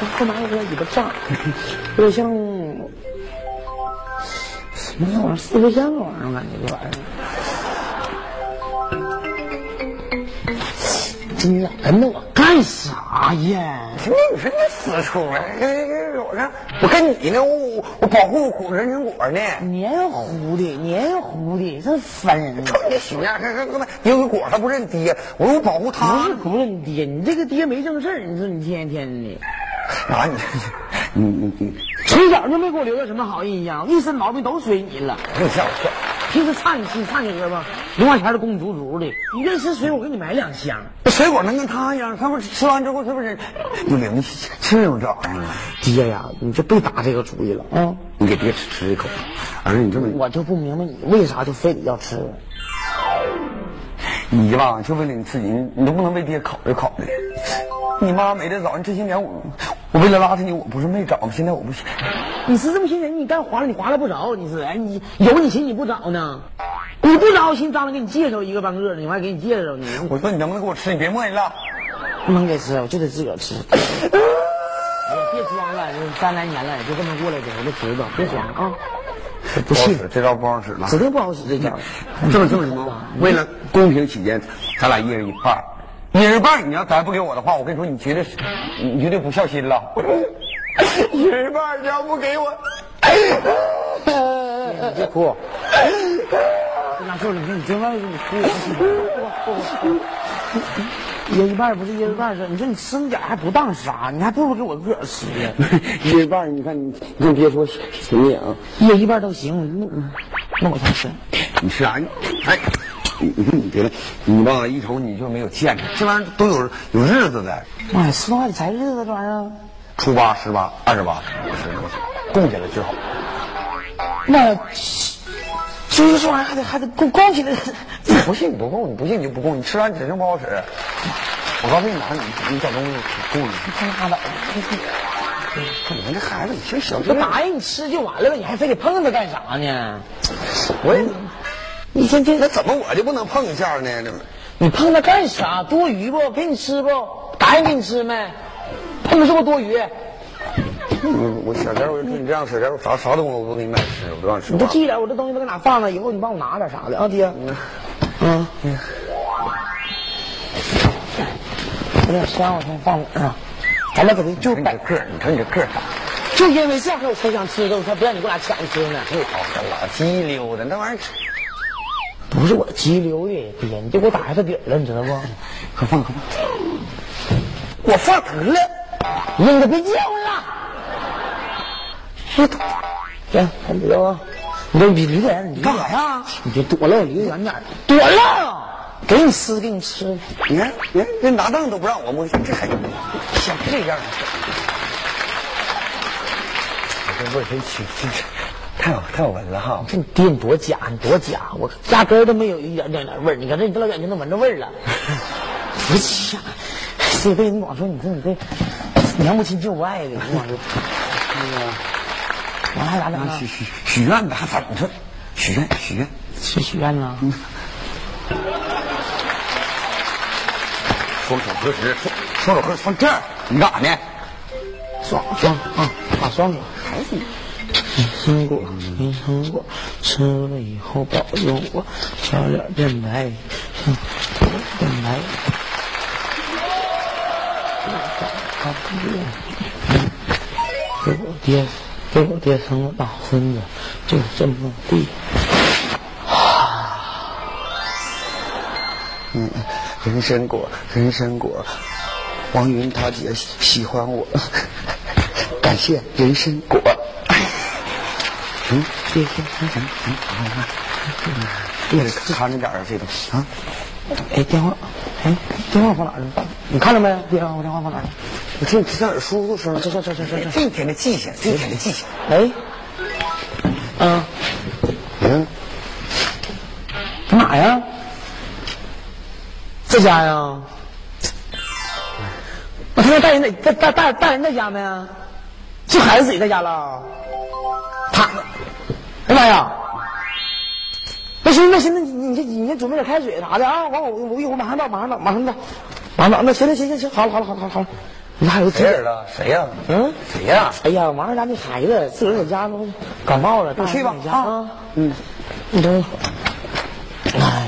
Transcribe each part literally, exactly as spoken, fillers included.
后面有个一个炸，有点像什么玩意儿，四不像玩意儿，我感觉这玩意儿。真的，跟着我干啥呀？ 你说你死出来，我说我跟你呢，我我保护苦人参果呢。 黏糊的，黏糊的，这烦人！ 瞅你这熊样，看看看，有个果他不认爹，我说我保护他。 不是不认爹，你这个爹没正事儿，你说你天天的。 啊你你你你， 从小就没给我留下什么好印象，一身毛病都随你了。 你吓我跳！ 平时差你吃差你喝吧，零花钱都供足足的。你愿意吃水果，我给你买两箱。 水果能跟他一样？他不是吃完之后，是不是有灵气？吃用这玩意儿？ 爹呀，你就别打这个主意了啊！嗯、 你给爹吃吃一口。儿子，你这么…… 我就不明白你为啥就非得要吃。 你吧，就为了你自己，你都不能为爹考虑考虑。你妈没得早，你这些年我我为了拉着你，我不是没找吗？现在我不行。 你是这么些年你干划了，你划拉不着，你是哎，你有你寻你不找呢？你不找我寻张罗给你介绍一个半个的，你还给你介绍你。 我说你能不能给我吃？你别磨叽了。 不能给吃，我就得自个儿吃。哎呀，别装了，三来年了，就这么过来的，我就知道，别装啊。不信这招不好使了， 指定不好使这招。 这么这么什么？为了公平起见，咱俩一人一半。一人半，你要再不给我的话，我跟你说，你绝对你绝对不孝心了。一人半，你要不给我， 你别哭。这哪说你说你真爱你哭。一人一半不是一人一半是，你说你吃那点还不当啥，你还不如给我个儿吃呢。 一人一半，你看你你就别说行领， 一人一半都行，那那我才吃。 你吃啥？哎。你你你别了，你吧一瞅你就没有见识，这玩意儿都有有日子的。 妈呀，吃饭还得才日子这玩意儿。 初八、十八、二十八，是供起来最好。 那就是这玩意儿还得还得供供起来。 你不信你不供，你不信你就不供，你吃完指定不好使。我告诉你哪，你你找东西供你。 你拉倒！ 你们这孩子，你挺小。 我答应你吃就完了呗，你还非得碰它干啥呢？ 我也。 你天天那怎么我就不能碰一下呢？ 你碰它干啥？多余不？给你吃不？答应给你吃没？碰它是不是多余？ 我我小天我就跟你这样式，我啥啥东西我都给你买吃，我不让你吃。 你就记点，我这东西都搁哪放了，以后你帮我拿点啥的啊，爹。嗯嗯。有点香，我先放哪儿啊？咱们可别就摆个儿，你瞅你这个儿大。 就因为这样，我才想吃的，我才不让你给我俩抢吃呢。 又好喝了，鸡溜的那玩意儿。 不是我急流的，爹，你就给我打下这底儿了，你知道不？ 快放，快放！我放得了， 扔着别叫了。行，咱不要啊！你这离得远，你干啥呀？ 你别躲了，我离得远点。躲了，给你吃，给你吃。 你看，你看，这拿凳都不让我摸，这还像这样的。我这味真清，真是。太有太有闻了哈！ 这你爹你多假，你多假！我压根儿都没有一点点点味儿。你看这你这老远就能闻着味儿了。不假，这辈子你光说你说你这娘不亲舅不爱的，你光说那个，完还咋整啊？ 许许许愿的还怎么着？许愿许愿去许愿呢？嗯。 双手合十，双手合十放这儿，你干啥呢？ 双双啊，打双手。还是。人参果，人参果，吃了以后保佑我，小脸变白，变白。给我爹，给我爹生个大孙子，就这么地。 嗯，人参果，人参果，王云他姐喜欢我，感谢人参果。嗯，谢谢，嗯嗯嗯，好好，别看着点儿这东西啊！ 哎，电话，哎，电话放哪儿了？你看着没？电话，我电话放哪儿了？ 我听你这耳叔叔声， 这这这这这这一天的记性，这一天的记性。 哎，嗯， 嗯， 搁哪呀？这家呀？我他妈大人在在大大大人在家没？这孩子自己在家了？他，哎妈呀！那行那行，那你你先你先准备点开水啥的啊！完我我我一会儿马上到，马上到，马上到，马上到。那行那行行行，好了好了好了好了， 你还有几人了？谁呀？ 嗯， 谁呀？ 哎呀，王二家那孩子自个儿在家都感冒了， 你去吧啊。嗯，你等。哎呀！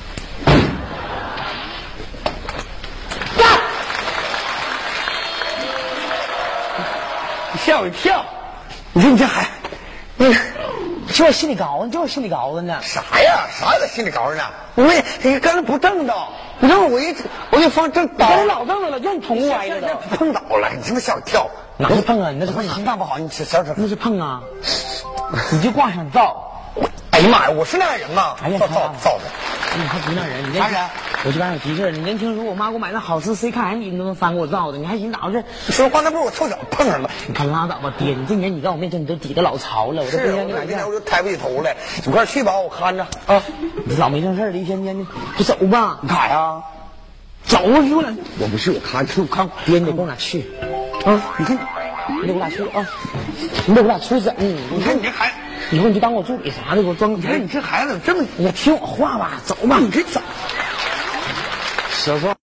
你吓我一跳！你说你这孩，你就我心里高呢，就我心里高呢。 啥呀？啥在心里高呢？我说你刚才不正道，你让我一我就放正倒， 你老正了了，就你捅歪了都。 碰倒了，你这么吓我一跳？ 哪是碰啊？你那是碰，心脏不好，你小声。 那是碰啊！你就挂上灶。 哎呀妈呀，我是那样人吗？ 哎呀， 造造造的。 你还不是那人？你啥人？ 我就告诉你提示，你年轻时候我妈给我买那好吃 C 看 M 你都能翻给我造的，你还寻哪是？ 你说话那不是我凑巧碰上了？ 你看拉倒吧，爹！你这年你在我面前你都抵得老潮了，我都不想你哪天我就抬不起头来。你快去吧，我看着啊！ 你老没正事的，一天天的，就走吧。 你干啥呀？ 走啊！你给我俩， 我不是，我看去，我看爹，你得跟我俩去啊！你看，你得跟我俩去啊！你得跟我俩出去整。 你看你这孩子， 以后你就当我助理啥的，给我装个。 你看你这孩子这么， 你听我话吧，走吧。 你这走。 小时候。